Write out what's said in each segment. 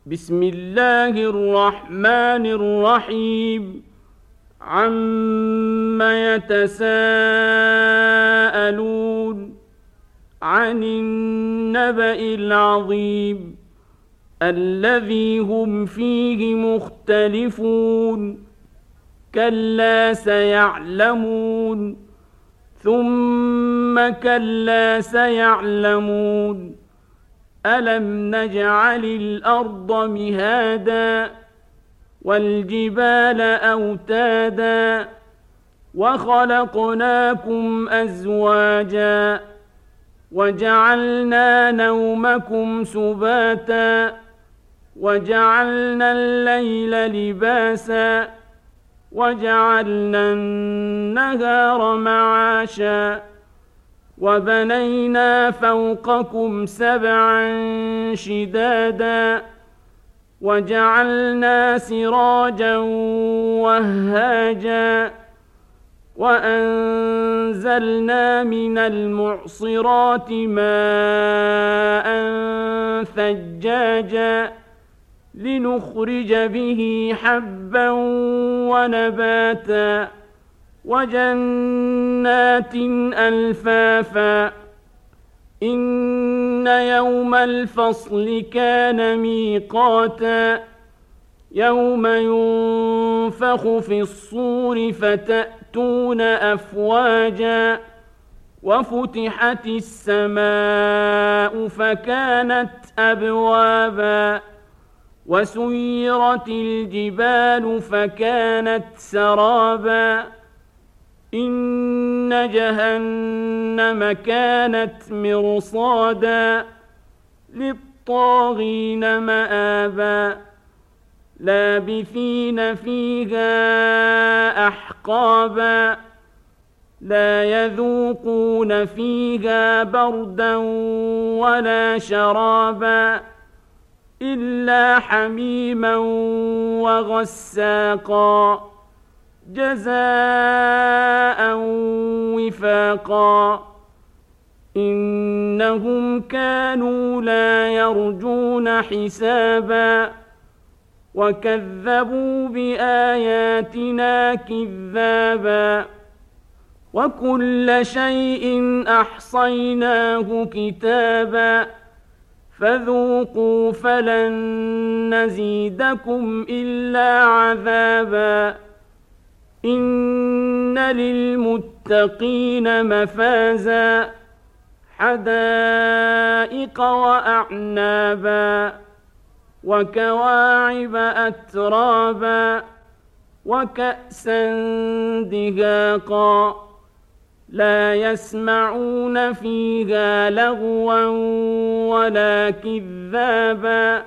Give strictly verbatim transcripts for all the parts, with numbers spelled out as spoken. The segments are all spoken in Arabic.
بسم الله الرحمن الرحيم عم يتساءلون عن النبأ العظيم الذي هم فيه مختلفون كلا سيعلمون ثم كلا سيعلمون ألم نجعل الأرض مهادا والجبال أوتادا وخلقناكم أزواجا وجعلنا نومكم سباتا وجعلنا الليل لباسا وجعلنا النهار معاشا وبنينا فوقكم سبعا شدادا وجعلنا سراجا وهاجا وأنزلنا من المعصرات ماء ثجاجا لنخرج به حبا ونباتا وجنات ألفافا إن يوم الفصل كان ميقاتا يوم ينفخ في الصور فتأتون أفواجا وفتحت السماء فكانت أبوابا وسيرت الجبال فكانت سرابا إن جهنم كانت مرصادا للطاغين مآبا لابثين فيها أحقابا لا يذوقون فيها بردا ولا شرابا إلا حميما وغساقا جزاء وفاقا إنهم كانوا لا يرجون حسابا وكذبوا بآياتنا كذابا وكل شيء أحصيناه كتابا فذوقوا فلن نزيدكم إلا عذابا إن للمتقين مفازا حدائق وأعنابا وكواعب أترابا وكأسا دهاقا لا يسمعون فيها لغوا ولا كذابا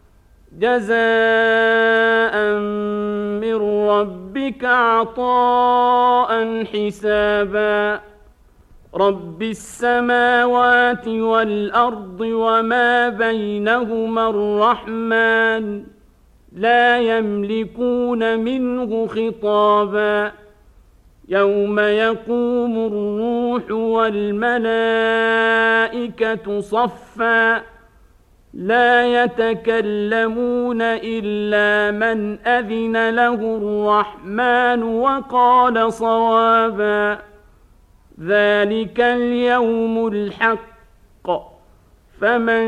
جزاء من ربك عطاء حسابا رب السماوات والأرض وما بينهما الرحمن لا يملكون منه خطابا يوم يقوم الروح والملائكة صفا لا يتكلمون إلا من أذن له الرحمن وقال صوابا ذلك اليوم الحق فمن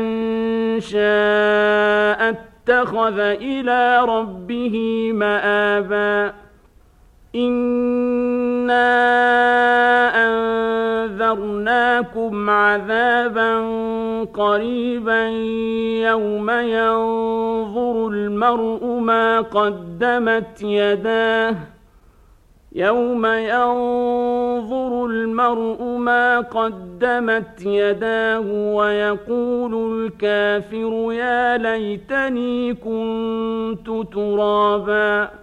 شاء اتخذ إلى ربه مآبا إنا أنذرناكم عذابا قريبا يوم ينظر المرء ما قدمت يداه يوم ينظر المرء ما قدمت يداه ويقول الكافر يا ليتني كنت ترابا